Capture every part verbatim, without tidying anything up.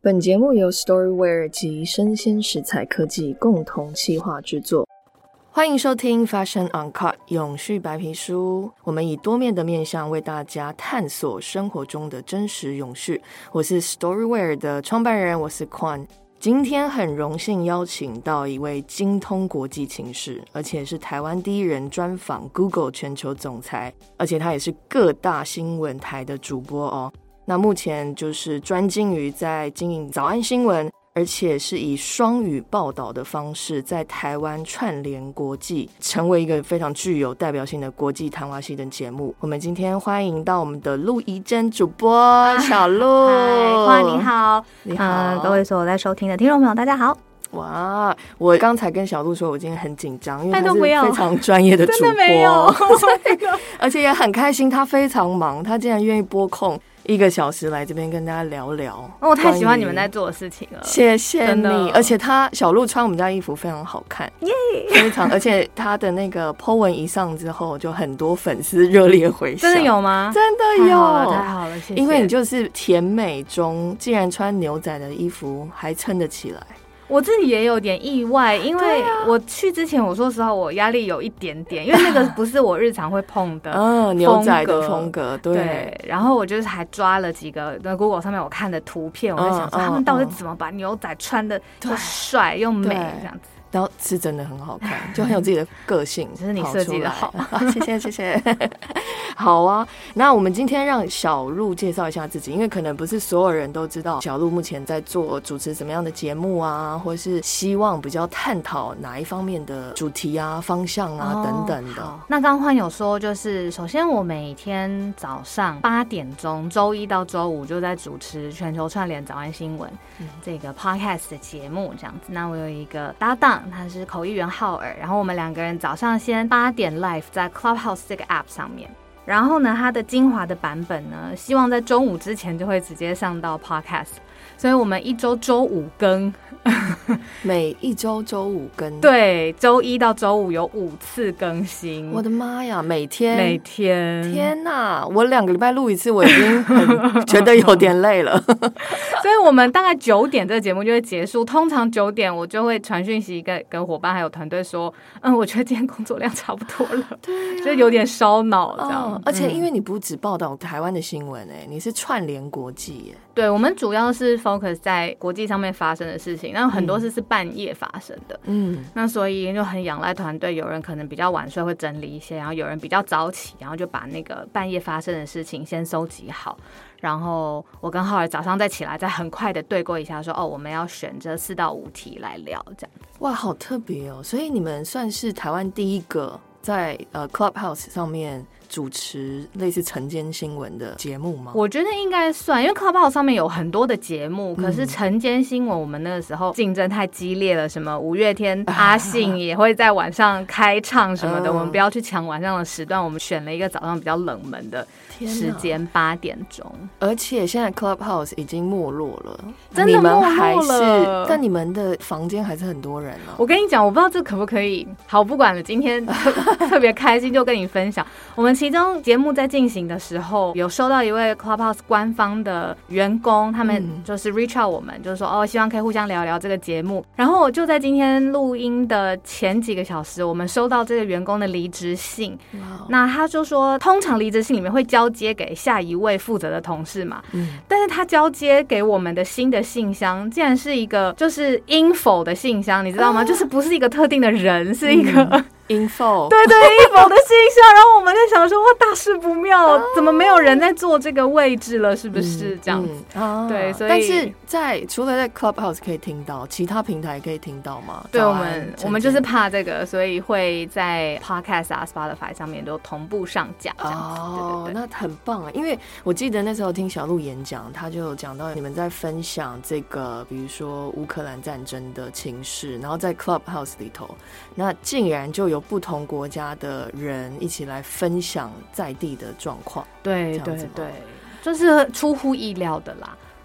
本节目由 Storyware 及生鲜食材科技共同企划制作。欢迎收听 Fashion Uncut 永续白皮书，我们以多面的面向为大家探索生活中的真实永续。我是 Storyware 的创办人，我是 Quan。今天很荣幸邀请到一位精通国际情势，而且是台湾第一人专访 Google 全球总裁，而且他也是各大新闻台的主播哦。那目前就是专精于在经营早安新闻，而且是以双语报道的方式在台湾串联国际，成为一个非常具有代表性的国际谈话系的节目。我们今天欢迎到我们的陆怡真主播小陆。 嗨，欢迎，你好， 你好、 呃，各位所有在收听的听众朋友，大家好。 哇，我刚才跟小陆说，我今天很紧张，因为他是都不要非常专业的主播， 真的没有而且也很开心，他非常忙，他竟然愿意拨空一个小时来这边跟大家聊聊、 哦、我太喜欢你们在做的事情了， 谢谢你。而且他小陆穿我们家衣服非常好看，耶、yeah ，非常，而且他的那个 po 文一上之后，就很多粉丝热烈回响。 真的有吗？ 真的有， 太好了，太好了，谢谢。 因为你就是甜美中，竟然穿牛仔的衣服还撑得起来。 我自己也有点意外，因为我去之前，我说实话，我压力有一点点，因为那个不是我日常会碰的嗯，牛仔的风格，对。 对，然后我就是还抓了几个在 Google 上面我看的图片，我在想说他们到底怎么把牛仔穿的又帅又美这样子。 然后是真的很好看，就很有自己的个性， 这是你设计的好， 谢谢谢谢。好啊，那我们今天让小陆介绍一下自己，因为可能不是所有人都知道小陆目前在做主持什么样的节目啊，或是希望比较探讨哪一方面的主题啊、方向啊、哦、等等的。 那刚刚有说，就是首先我每天早上八点钟，周一到周五就在主持全球串联早安新闻、嗯、这个 podcast 的节目这样子。那我有一个搭档。他是口译员浩尔，然后我们两个人早上先八点 live 在 Clubhouse 这个 app 上面，然后呢，它的精华的版本呢，希望在中午之前就会直接上到 podcast， 所以我们一周周五更， 每一周周五更， 对，周一到周五有五次更新。 我的妈呀，每天每天， 天哪！我两个礼拜录一次，我已经很觉得有点累了。 所以我们大概九点这个节目就会结束，通常九点我就会传讯息跟跟伙伴还有团队说，嗯，我觉得今天工作量差不多了，对、啊，就有点烧脑这样、哦。 而且因为你不只报道台湾的新闻、欸，你是串联国际耶。 对，我们主要是 focus 在国际上面发生的事情，然后很多事是半夜发生的，嗯，那所以就很仰赖团队，有人可能比较晚睡会整理一些，然后有人比较早起，然后就把那个半夜发生的事情先收集好。然后我跟浩尔早上再起来，再很快的对过一下说，哦，我们要选这四到五题来聊，这样。 哇，好特别哦！所以你们算是台湾第一个在呃 Clubhouse 上面主持类似晨间新闻的节目吗？ 我觉得应该算，因为 Clubhouse 上面有很多的节目，可是晨间新闻我们那个时候竞争太激烈了，什么五月天、阿信也会在晚上开唱什么的，我们不要去抢晚上的时段，我们选了一个早上比较冷门的时间，八点钟。 而且现在 Clubhouse 已经没落了， 真的没落了， 你们还是，但你们的房间还是很多人哦。 我跟你讲，我不知道这可不可以，好，不管了，今天特别开心就跟你分享，我们其中节目在进行的时候，有收到一位 Clubhouse 官方的员工，他们就是 reach out 我们，嗯、就是说哦，希望可以互相聊聊这个节目。然后我就在今天录音的前几个小时，我们收到这个员工的离职信。那他就说，通常离职信里面会交接给下一位负责的同事嘛，嗯、但是他交接给我们的新的信箱，竟然是一个就是 info 的信箱，你知道吗？啊、就是不是一个特定的人，是一个。嗯 info 对对 info 的信箱，然后我们在想说，哇，大事不妙，啊、怎么没有人在做这个位置了？是不是、嗯、这样子？嗯啊、对，所以但是在除了在 Clubhouse 可以听到，其他平台可以听到吗？ 对，我们我们就是怕这个，所以会在 Podcast 啊、Spotify 上面都同步上架。这样子哦， 对对对，那很棒啊！因为我记得那时候听小陆演讲，他就讲到你们在分享这个，比如说乌克兰战争的情势，然后在 Clubhouse 里头，那竟然就有不同国家的人一起来分享在地的状况。 对对对，就是出乎意料的啦。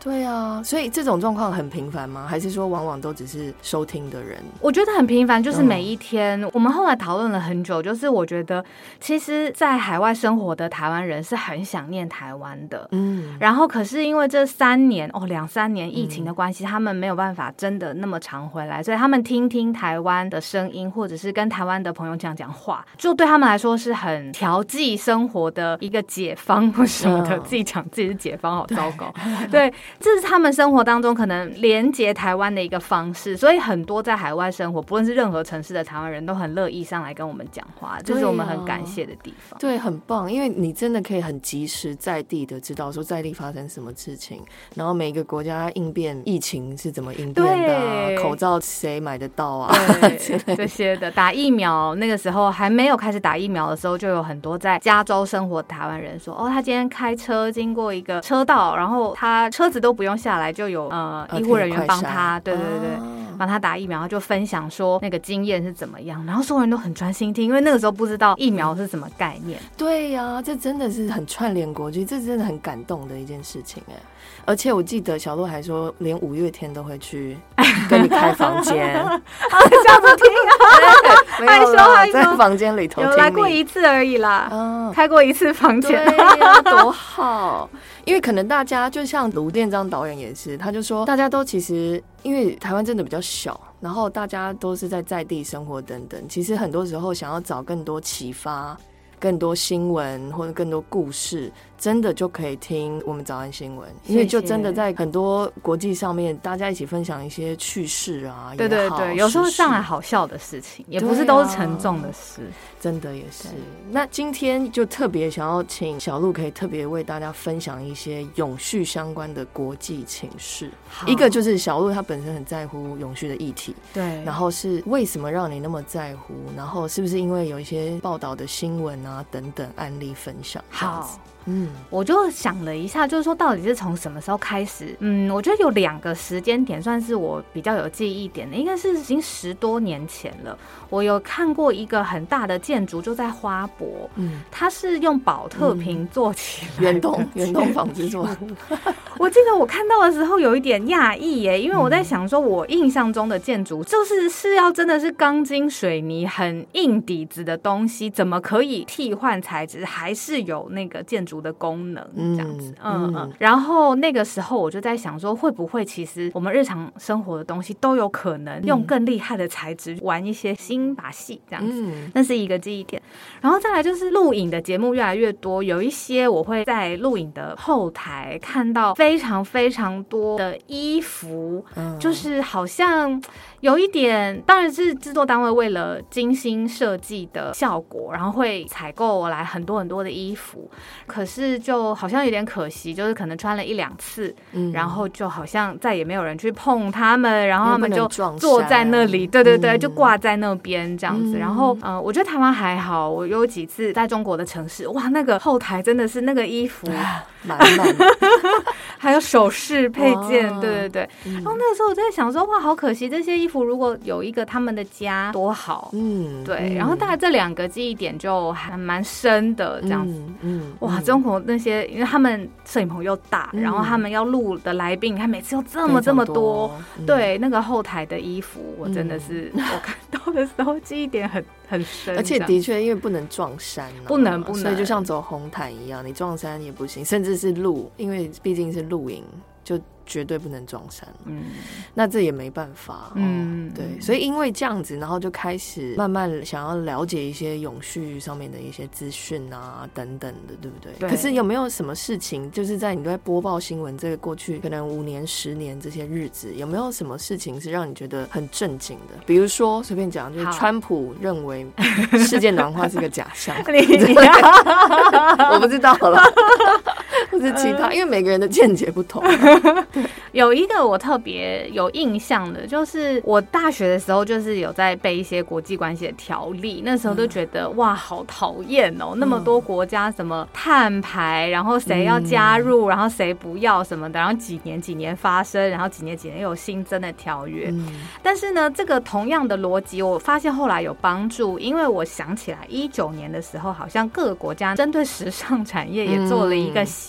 对啊，所以这种状况很频繁吗？还是说往往都只是收听的人？ 我觉得很频繁，就是每一天、嗯、我们后来讨论了很久，就是我觉得其实在海外生活的台湾人是很想念台湾的，嗯，然后可是因为这三年哦两三年疫情的关系、嗯、他们没有办法真的那么常回来，所以他们听听台湾的声音，或者是跟台湾的朋友讲讲话，就对他们来说是很调剂生活的一个解方或什么的、嗯、自己讲自己是解方好糟糕对，这是他们生活当中可能连结台湾的一个方式，所以很多在海外生活不论是任何城市的台湾人都很乐意上来跟我们讲话，这、就是我们很感谢的地方。 对，很棒，因为你真的可以很及时在地的知道说在地发生什么事情，然后每个国家应变疫情是怎么应变的、啊、口罩谁买得到啊对这些的，打疫苗那个时候还没有开始打疫苗的时候，就有很多在加州生活的台湾人说，哦，他今天开车经过一个车道，然后他车子都不用下来，就有呃医护人员帮他，对对对，帮他打疫苗，就分享说那个经验是怎么样，然后所有人都很专心听，因为那个时候不知道疫苗是什么概念。 对呀、啊，这真的是很串联国际，这真的很感动的一件事情哎。而且我记得小鹿还说，连五月天都会去跟你开房间， 啊，这样子听啊，害羞害羞， 在房间里头听你， 有来过一次而已啦，嗯、开过一次房间， 对呀、啊，多好。因为可能大家就像卢店长导演也是，他就说大家都其实因为台湾真的比较小，然后大家都是在在地生活等等，其实很多时候想要找更多启发、更多新闻或者更多故事，真的就可以听我们早安新闻，因为就真的在很多国际上面大家一起分享一些趣事啊， 对对对，有时候上来好笑的事情，也不是都是沉重的事， 啊、真的也是。那今天就特别想要请小鹿可以特别为大家分享一些永续相关的国际情事，一个就是小鹿他本身很在乎永续的议题，对，然后是为什么让你那么在乎，然后是不是因为有一些报道的新闻啊等等案例分享，好。 嗯，我就想了一下，就是说到底是从什么时候开始？嗯，我觉得有两个时间点算是我比较有记忆点的，应该是已经十多年前了。我有看过一个很大的建筑，就在花博，嗯，它是用宝特瓶做起来的， 远东远东纺织做。 我记得我看到的时候有一点讶异耶，因为我在想说，我印象中的建筑就是是要真的是钢筋水泥很硬底子的东西，怎么可以替换材质，还是有那个建筑的功能这样子，嗯 嗯, 嗯。然后那个时候我就在想说，会不会其实我们日常生活的东西都有可能用更厉害的材质玩一些新把戏这样子，嗯，那是一个记忆点。然后再来就是录影的节目越来越多，有一些我会在录影的后台看到非常非常多的衣服，嗯，就是好像有一点，当然是制作单位为了精心设计的效果，然后会采购来很多很多的衣服，可是就好像有点可惜，就是可能穿了一两次，嗯，然后就好像再也没有人去碰他们，然后他们就坐在那里，对对对，嗯，就挂在那边这样子。嗯，然后呃，我觉得台湾还好，我有几次在中国的城市，哇，那个后台真的是那个衣服满满还有首饰配件，对对对，嗯，然后那个时候我在想说，哇，好可惜，这些衣服如果有一个他们的家多好，嗯，对，嗯，然后大概这两个记忆点就还蛮深的这样子，嗯，嗯，哇，中国那些因为他们摄影棚又大，嗯，然后他们要录的来宾，你看每次又这么这么多，嗯，对，那个后台的衣服，我真的是，嗯，我看到的时候记忆点很很深， 而且的确因为不能撞山，啊， 不能不能， 所以就像走红毯一样，你撞山也不行，甚至是路，因为毕竟是露营，就绝对不能撞山，嗯，那这也没办法，嗯，对，所以因为这样子，然后就开始慢慢想要了解一些永续上面的一些资讯啊，等等的，对不对？对。可是有没有什么事情，就是在你在播报新闻这个过去可能五年、十年这些日子，有没有什么事情是让你觉得很震惊的？比如说随便讲，就是川普认为世界暖化是个假象，我不知道了，或是其他，因为每个人的见解不同。 有一个我特别有印象的，就是我大学的时候就是有在背一些国际关系的条例，那时候都觉得，嗯，哇好讨厌哦，嗯，那么多国家什么碳排，然后谁要加入，嗯，然后谁不要什么的，然后几年几年发生，然后几年几年又有新增的条约，嗯，但是呢这个同样的逻辑我发现后来有帮助，因为我想起来一九年的时候好像各个国家针对时尚产业也做了一个协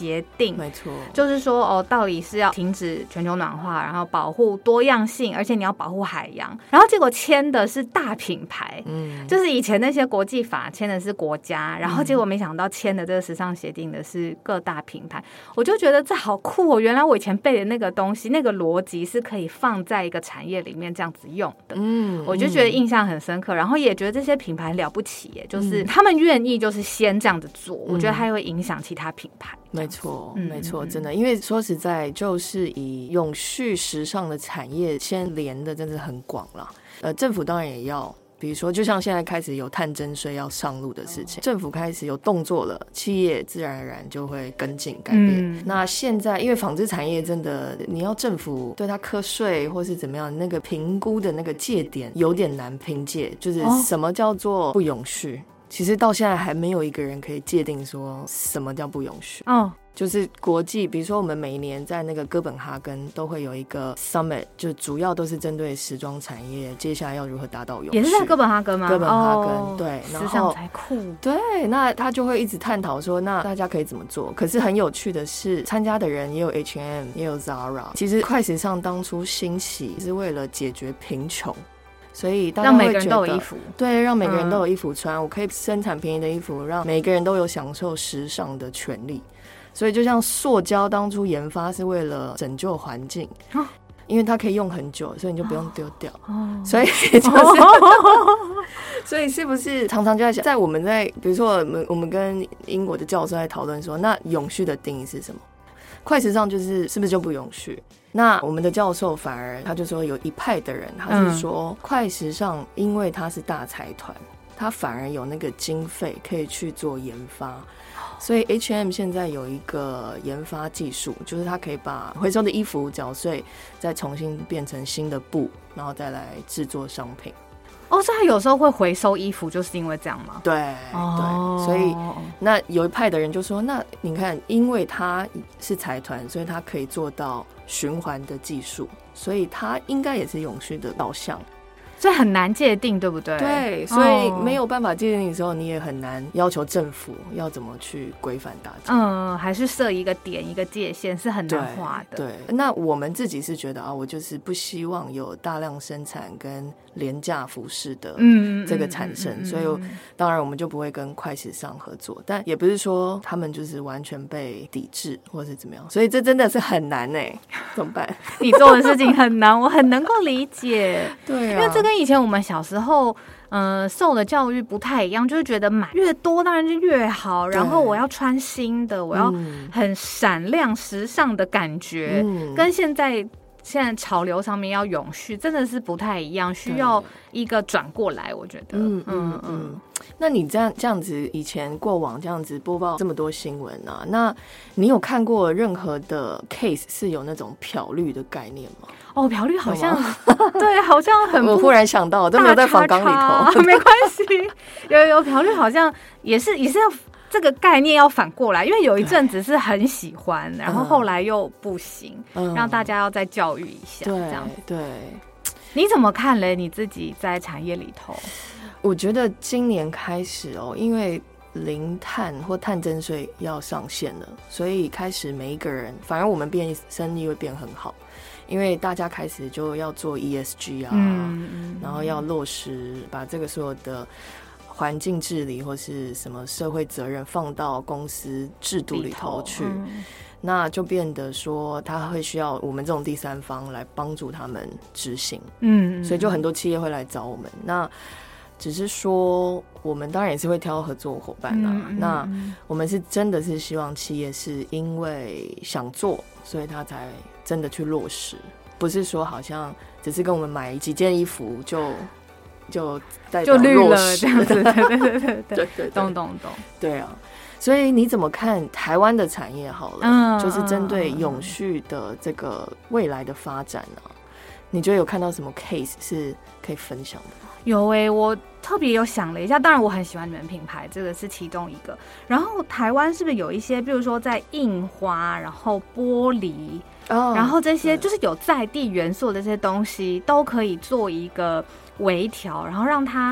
协定， 没错， 就是说哦，到底是要停止全球暖化，然后保护多样性，而且你要保护海洋，然后结果签的是大品牌，嗯，就是以前那些国际法签的是国家，然后结果没想到签的这个时尚协定的是各大品牌，我就觉得这好酷哦！原来我以前背的那个东西，那个逻辑是可以放在一个产业里面这样子用的，嗯，我就觉得印象很深刻，然后也觉得这些品牌了不起耶，就是他们愿意就是先这样子做，嗯，我觉得它会影响其他品牌。 没错，没错，真的，因为说实在，就是以永续时尚的产业先连的，真的很广啦。呃，政府当然也要。比如说就像现在开始有碳征税要上路的事情，政府开始有动作了，企业自然而然就会跟进改变，嗯，那现在因为纺织产业真的你要政府对它课税或是怎么样，那个评估的那个界点有点难评界，就是什么叫做不永续，哦，其实到现在还没有一个人可以界定说什么叫不永续，哦，就是国际，比如说我们每一年在那个哥本哈根都会有一个 summit， 就主要都是针对时装产业接下来要如何达到永续。 也是在哥本哈根吗？ 哥本哈根， 哦， 对，然后时尚才酷。 对，那他就会一直探讨说，那大家可以怎么做？可是很有趣的是，参加的人也有 H and M， 也有 Zara。其实快时尚当初兴起是为了解决贫穷。所以大家会觉得让每个人都有衣服， 对，让每个人都有衣服穿，嗯，我可以生产便宜的衣服，让每个人都有享受时尚的权利。所以就像塑胶当初研发是为了拯救环境，哦，因为它可以用很久，所以你就不用丢掉，哦，所以就是，哦，所以是不是常常就在想，在我们在比如说我们我们跟英国的教授在讨论说，那永续的定义是什么？快时尚就是是不是就不永续？那我们的教授反而他就说有一派的人，他是说，嗯，快时尚因为它是大财团，他反而有那个经费可以去做研发，所以 H and M 现在有一个研发技术，就是它可以把回收的衣服搅碎，再重新变成新的布，然后再来制作商品。 哦，所以他有时候会回收衣服，就是因为这样吗？ 对，哦，对，所以那有一派的人就说，那你看，因为他是财团，所以他可以做到循环的技术，所以他应该也是永续的导向。 所以很难界定，对不对？ 对，所以没有办法界定的时候，你也很难要求政府要怎么去规范大家。 嗯，还是设一个点一个界限是很难画的。 对，对，那我们自己是觉得啊，我就是不希望有大量生产跟廉价服饰的这个产生，嗯嗯嗯嗯嗯，所以当然我们就不会跟快时尚合作，但也不是说他们就是完全被抵制或是怎么样，所以这真的是很难哎，欸，怎么办？ 你做的事情很难，我很能够理解。 对啊， 因为这跟以前我们小时候呃受的教育不太一样，就是觉得买越多当然就越好，然后我要穿新的，我要很闪亮时尚的感觉，嗯，跟现在现在潮流上面要永续真的是不太一样，需要一个转过来，我觉得。嗯嗯嗯。 那你这样这样子，以前过往这样子播报这么多新闻啊，那你有看过任何的 case 是有那种漂绿的概念吗？ 哦，漂绿好像对，好像很我忽然想到，我都没有在访纲里头， 没关系。有有漂绿好像也是也是要这个概念要反过来，因为有一阵子是很喜欢，然后后来又不行，嗯，让大家要再教育一下， 对这样对。 你怎么看嘞？你自己在产业里头？ 我觉得今年开始哦，因为零碳或碳征税要上线了，所以开始每一个人，反而我们变生意会变很好，因为大家开始就要做 E S G 啊，嗯嗯，然后要落实把这个所有的环境治理或是什么社会责任放到公司制度里头去，嗯，那就变得说他会需要我们这种第三方来帮助他们执行，嗯，所以就很多企业会来找我们。那只是说我们当然也是会挑合作伙伴啦，嗯嗯，那我们是真的是希望企业是因为想做，所以他才真的去落实，不是说好像只是跟我们买几件衣服就就代表落实就绿了这样子，对对对对对对，懂懂懂， 对啊。所以你怎么看台湾的产业好了，嗯，就是针对永续的这个未来的发展啊，你觉得有看到什么 case 是可以分享的吗？ 有诶、欸，我特别有想了一下，当然我很喜欢你们品牌，这个是其中一个。然后台湾是不是有一些，比如说在印花，然后玻璃，哦，然后这些就是有在地元素的这些东西，都可以做一个微调，然后让它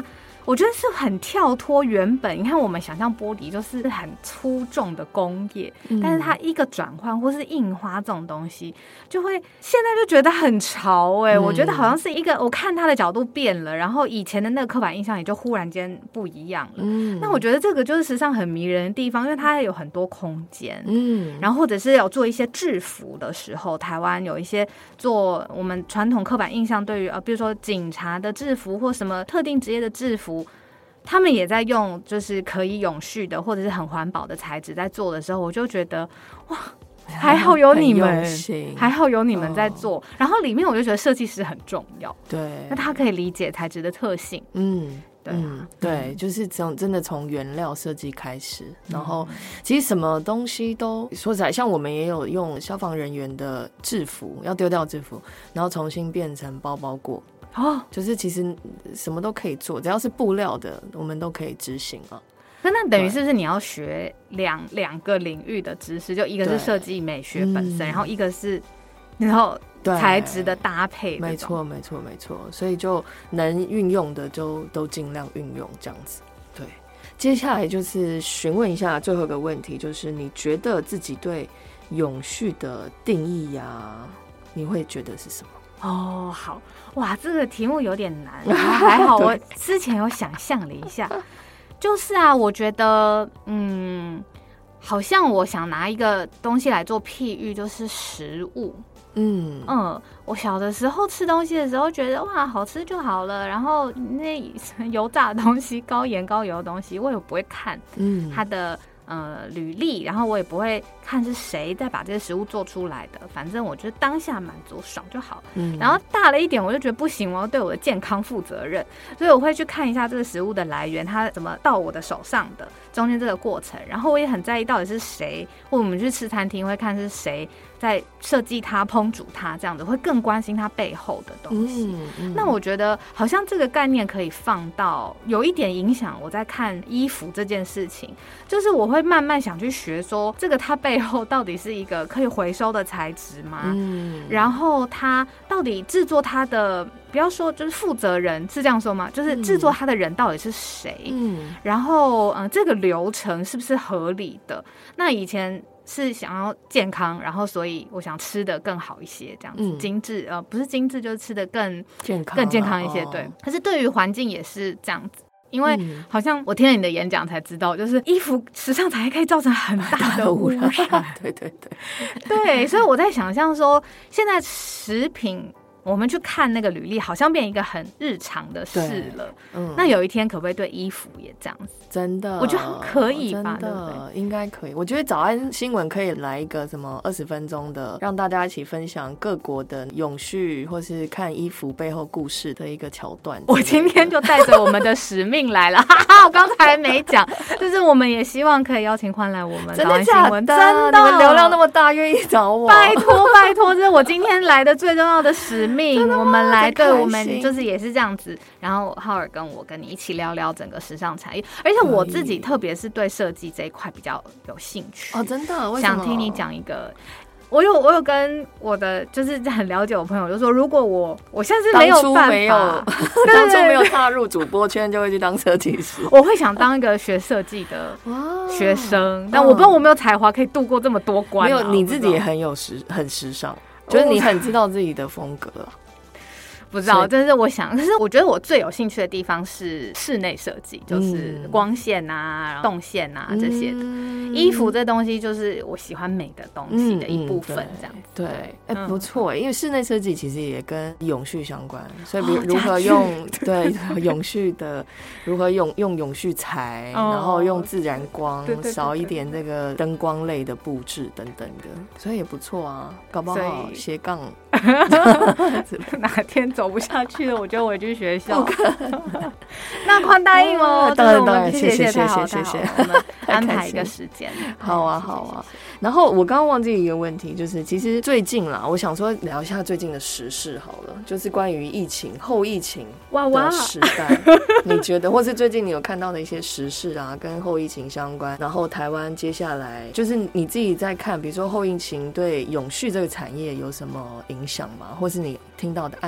我觉得是很跳脱原本，你看我们想象玻璃就是很粗重的工业、嗯、但是它一个转换或是印花这种东西就会现在就觉得很潮哎、欸嗯，我觉得好像是一个我看它的角度变了，然后以前的那个刻板印象也就忽然间不一样了、嗯、那我觉得这个就是时尚很迷人的地方，因为它有很多空间，嗯，然后或者是有做一些制服的时候，台湾有一些做我们传统刻板印象对于呃，比如说警察的制服或什么特定职业的制服，他们也在用就是可以永续的或者是很环保的材质在做的时候，我就觉得哇，还好有你们，还好有你们在做、哦、然后里面我就觉得设计师很重要，对，那他可以理解材质的特性，嗯，对、啊嗯、 对，就是从真的从原料设计开始、嗯、然后其实什么东西都说起来，像我们也有用消防人员的制服要丢掉制服然后重新变成包包过哦，就是其实什么都可以做，只要是布料的我们都可以执行啊。 那那等于是不是你要学两两个领域的知识，就一个是设计美学本身、嗯、然后一个是然后材质的搭配， 没错没错没错，所以就能运用的就都尽量运用这样子。对，接下来就是询问一下最后一个问题，就是你觉得自己对永续的定义啊，你会觉得是什么？ 哦，好哇，这个题目有点难，然后还好我之前有想象了一下，就是啊，我觉得嗯，好像我想拿一个东西来做譬喻，就是食物。嗯嗯，我小的时候吃东西的时候觉得哇好吃就好了，然后那油炸的东西、高盐高油的东西，我也不会看它的、嗯、呃履历，然后我也不会看是谁在把这些食物做出来的，反正我觉得当下满足爽就好、嗯、然后大了一点我就觉得不行，我要对我的健康负责任，所以我会去看一下这个食物的来源，它怎么到我的手上的中间这个过程，然后我也很在意到底是谁，或者我们去吃餐厅会看是谁在设计它、烹煮它，这样子会更关心它背后的东西、嗯嗯、那我觉得好像这个概念可以放到有一点影响我在看衣服这件事情，就是我会慢慢想去学说这个它背后到底是一个可以回收的材质吗、嗯、然后它到底制作它的不要说就是负责人是这样说吗，就是制作它的人到底是谁、嗯、然后、呃、这个流程是不是合理的，那以前是想要健康，然后所以我想吃的更好一些，这样子、嗯、精致呃不是精致就是吃的更健康、啊、 更健康一些、哦、对。可是对于环境也是这样子，因为好像我听了你的演讲才知道，就是衣服时尚材可以造成很大的污染， 对对对对，所以我在想象说现在食品我们去看那个履历好像变一个很日常的事了、嗯、那有一天可不可以对衣服也这样子？ 真的我觉得可以吧， 真的对对应该可以。我觉得早安新闻可以来一个什么二十分钟的，让大家一起分享各国的永续或是看衣服背后故事的一个桥段。 我今天就带着我们的使命来了哈哈，我刚才还没讲，就是我们也希望可以邀请欢来我们早安新闻，真的真的你们流量那么大愿意找我， 拜托拜托，这是我今天来的最重要的使命我们来对我们就是也是这样子，然后浩尔跟我跟你一起聊聊整个时尚产业，而且我自己特别是对设计这一块比较有兴趣哦，真的？为什么？ 想听你讲一个。我有我有跟我的就是很了解我朋友就说，如果我我现在是没有办法， 当初没有踏入主播圈就会去当设计师， 我会想当一个学设计的学生，但我不知道我没有才华可以度过这么多关、啊。 没有，你自己也很有时很时尚，就是你很知道自己的风格啊。 不知道，但是我想，可是我觉得我最有兴趣的地方是室内设计，就是光线啊、动线啊这些的。嗯、衣服这东西就是我喜欢美的东西的一部分，这样子。 对，哎、嗯欸，不错，因为室内设计其实也跟永续相关，所以比如如何用、哦、对永续的，如何用用永续材，哦、然后用自然光，对对对对少一点这个灯光类的布置等等的，所以也不错啊，搞不好斜杠。 哪天走不下去了，我觉得我去学校。那宽答应哦， 当然当然， 谢谢谢谢谢谢， 我们安排一个时间。 好啊好啊。然后我刚刚忘记一个问题，就是其实最近啦，我想说聊一下最近的时事好了，就是关于疫情后疫情的时代，你觉得或是最近你有看到的一些时事啊，跟后疫情相关，然后台湾接下来就是你自己在看，比如说后疫情对永续这个产业有什么影响吗？或是你听到的案例啊，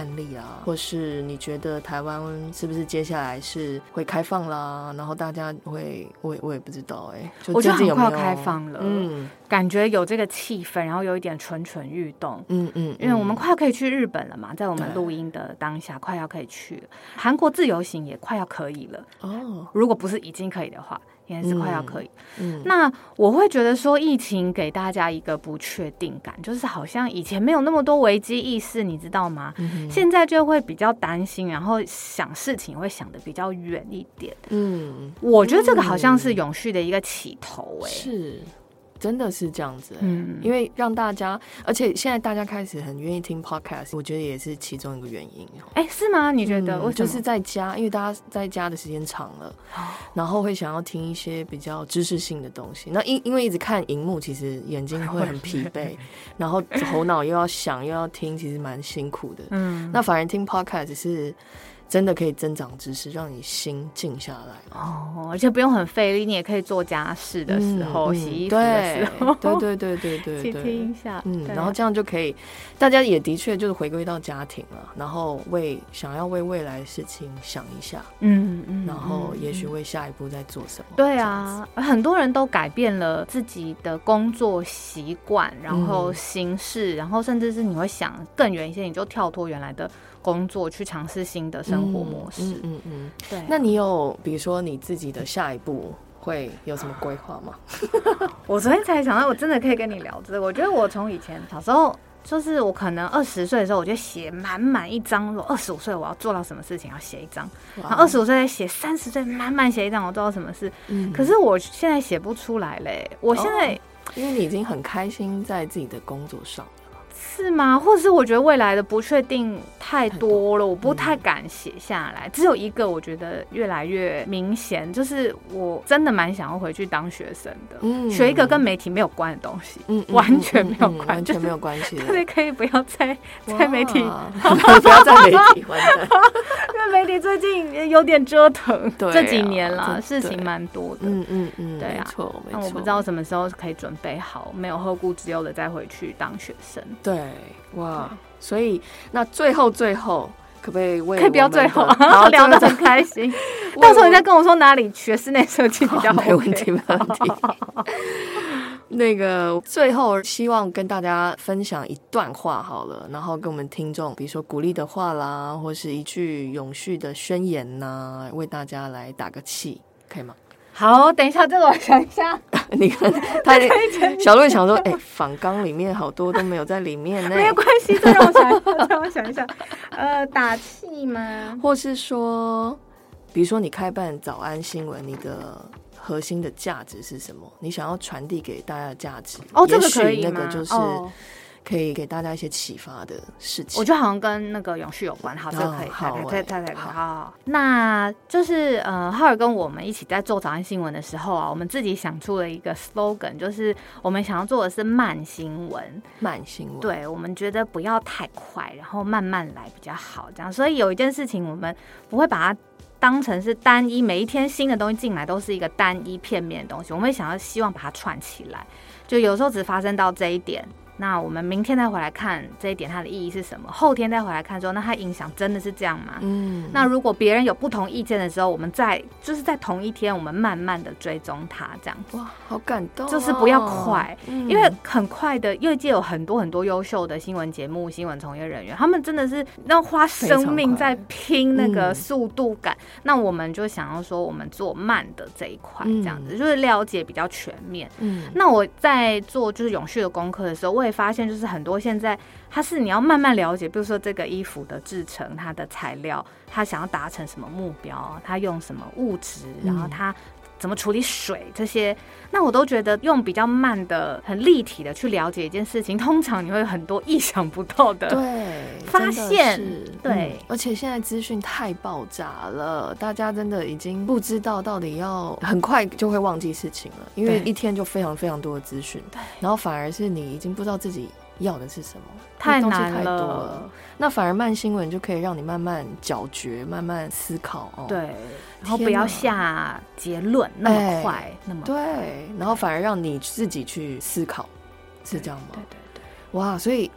啊，或是你觉得台湾是不是接下来是会开放啦，然后大家会我也我也不知道哎、欸， 我觉得很快要开放了， 嗯， 感觉有这个气氛，然后有一点蠢蠢欲动， 嗯嗯， 因为我们快要可以去日本了嘛，在我们录音的当下快要可以去了，韩国自由行也快要可以了哦，如果不是已经可以的话。也是快要可以、嗯嗯、那我会觉得说疫情给大家一个不确定感，就是好像以前没有那么多危机意识，你知道吗、嗯、现在就会比较担心，然后想事情会想得比较远一点。嗯，我觉得这个好像是永续的一个起头、欸、 是真的是这样子、欸嗯、因为让大家，而且现在大家开始很愿意听 podcast， 我觉得也是其中一个原因。哎、 欸，是吗？你觉得、嗯、 就是在家，因为大家在家的时间长了、哦、然后会想要听一些比较知识性的东西，那因因为一直看荧幕，其实眼睛会很疲惫然后头脑又要想又要听，其实蛮辛苦的。嗯，那反而听 podcast 是真的可以增长知识，让你心静下来哦，而且不用很费力，你也可以做家事的时候、嗯、洗衣服的时候， 对对对对对对， 去听一下， 嗯，然后这样就可以，大家也的确就是回归到家庭了，然后为想要为未来的事情想一下，嗯嗯，然后也许为下一步在做什么。 对啊，很多人都改变了自己的工作习惯，然后形式、嗯，然后甚至是你会想更远一些，你就跳脱原来的工作去尝试新的生活模式。嗯嗯 嗯, 嗯，对、啊。 那你有比如说你自己的下一步会有什么规划吗？ 我昨天才想到，我真的可以跟你聊这个。我觉得我从以前小时候，就是我可能二十岁的时候，我就写满满一张。二十五岁我要做到什么事情，要写一张。然后二十五岁再写，三十岁满满写一张，我做到什么事。嗯。可是我现在写不出来嘞。我现在、哦、 因为你已经很开心在自己的工作上。 是吗？或者是我觉得未来的不确定太多了，我不太敢写下来、嗯、只有一个我觉得越来越明显，就是我真的蛮想要回去当学生的、嗯、学一个跟媒体没有关的东西、嗯、完全没有关、嗯嗯、 完全没有关系， 对，可以不要在在媒体不要在媒体完蛋因为媒体最近有点折腾，对、啊、这几年啦事情蛮多的，嗯嗯嗯，对啊，没错没错。那我不知道什么时候可以准备好，没有后顾之忧的再回去当学生。 对，哇，所以那最后最后可不可以为可以不要最后好聊得很开心到时候你再跟我说哪里学室内设计比较好、OK、 没问题没问题那个最后希望跟大家分享一段话好了，然后跟我们听众比如说鼓励的话啦，或是一句永续的宣言呐，为大家来打个气，可以吗？ 好，等一下，这个我想一下。 你看，他小鹿想说，哎、欸，访纲里面好多都没有在里面呢。 没有关系，再让我想一下，让我想一下。呃，打气吗？ 或是说，比如说你开办早安新闻，你的核心的价值是什么？你想要传递给大家的价值？ 哦，这个可以吗？ 也许那个就是。哦，可以给大家一些启发的事情， 我觉得好像跟那个永续有关。好，这个可以，好，可以，可以，好，好。那就是呃，浩尔跟我们一起在做早安新闻的时候啊，我们自己想出了一个 slogan， 就是我们想要做的是慢新闻， 慢新闻。 对，我们觉得不要太快，然后慢慢来比较好，这样。所以有一件事情，我们不会把它当成是单一，每一天新的东西进来都是一个单一片面的东西，我们会想要希望把它串起来，就有时候只发生到这一点。那我们明天再回来看这一点它的意义是什么，后天再回来看说那它影响真的是这样吗？嗯，那如果别人有不同意见的时候，我们在就是在同一天我们慢慢的追踪它，这样子。 哇，好感动、哦、 就是不要快、嗯、因为很快的业界有很多很多优秀的新闻节目新闻从业人员，他们真的是要花生命在拼那个速度感、嗯、那我们就想要说我们做慢的这一块这样子、嗯、就是了解比较全面。嗯，那我在做就是永续的功课的时候，我会发现就是很多现在它是你要慢慢了解，比如说这个衣服的制成，它的材料，它想要达成什么目标，它用什么物质，然后它怎么处理水这些，那我都觉得用比较慢的很立体的去了解一件事情，通常你会有很多意想不到的发现。对、嗯、 而且现在资讯太爆炸了，大家真的已经不知道到底要很快就会忘记事情了，因为一天就非常非常多的资讯，然后反而是你已经不知道自己要的是什么， 太难了， 东西太多了。那反而慢新闻就可以让你慢慢咀嚼，慢慢思考、哦、对， 然后不要下结论那么快、欸、那么快， 对，然后反而让你自己去思考，是这样吗？ 对对对， 哇，所以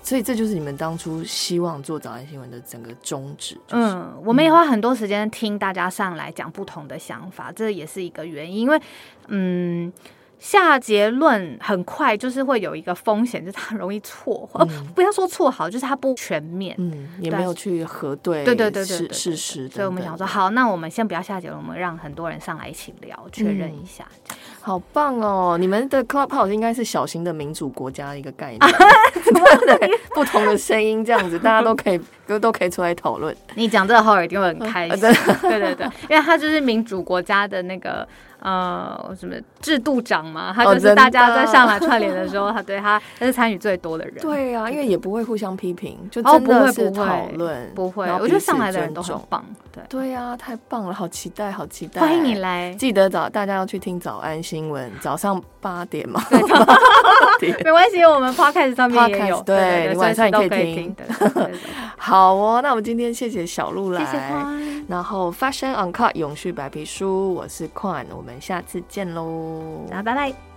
所以这就是你们当初希望做早安新闻的整个宗旨、就是、 嗯，我们也花很多时间听大家上来讲不同的想法，这也是一个原因。因为嗯下结论很快，就是会有一个风险，就是它容易错、嗯呃、不要说错好，就是它不全面， 嗯，也没有去核对对对对对事实， 所以我们想说好，那我们先不要下结论，我们让很多人上来一起聊，确认一下、嗯、 好棒哦！你们的 Clubhouse 应该是小型的民主国家的一个概念对，不同的声音这样子大家都可以都可以出来讨论。 你讲这个后一定会很开心、啊、对对对，因为它就是民主国家的那个呃，什么制度长嘛，他就是大家在上来串联的时候，哦、他对他他是参与最多的人。 对啊，因为也不会互相批评，就真的是讨论、 哦，不会，不会。我觉得上来的人都很棒。对对啊，太棒了，好期待，好期待！ 欢迎你来， 记得早大家要去听早安新闻，早上八点嘛。 对，没关系，我们 podcast 上面也有， 对, 对, 对，你晚上也可以听。 听对对对对好哦，那我们今天谢谢小鹿来， 谢谢。 然后 Fashion on Cut 永续白皮书，我是 Quan， 我们下次见喽， 拜拜。